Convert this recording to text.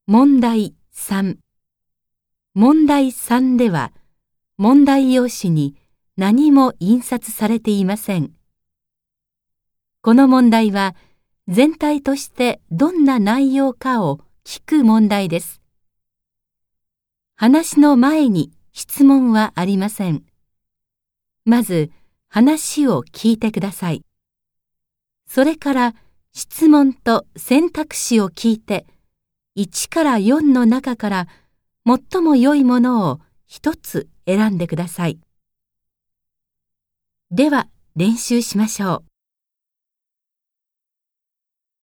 問題3。問題3では、問題用紙に何も印刷されていません。この問題は、全体としてどんな内容かを聞く問題です。話の前に質問はありません。まず、話を聞いてください。それから質問と選択肢を聞いて、1から4の中から最も良いものを一つ選んでください。では練習しましょう。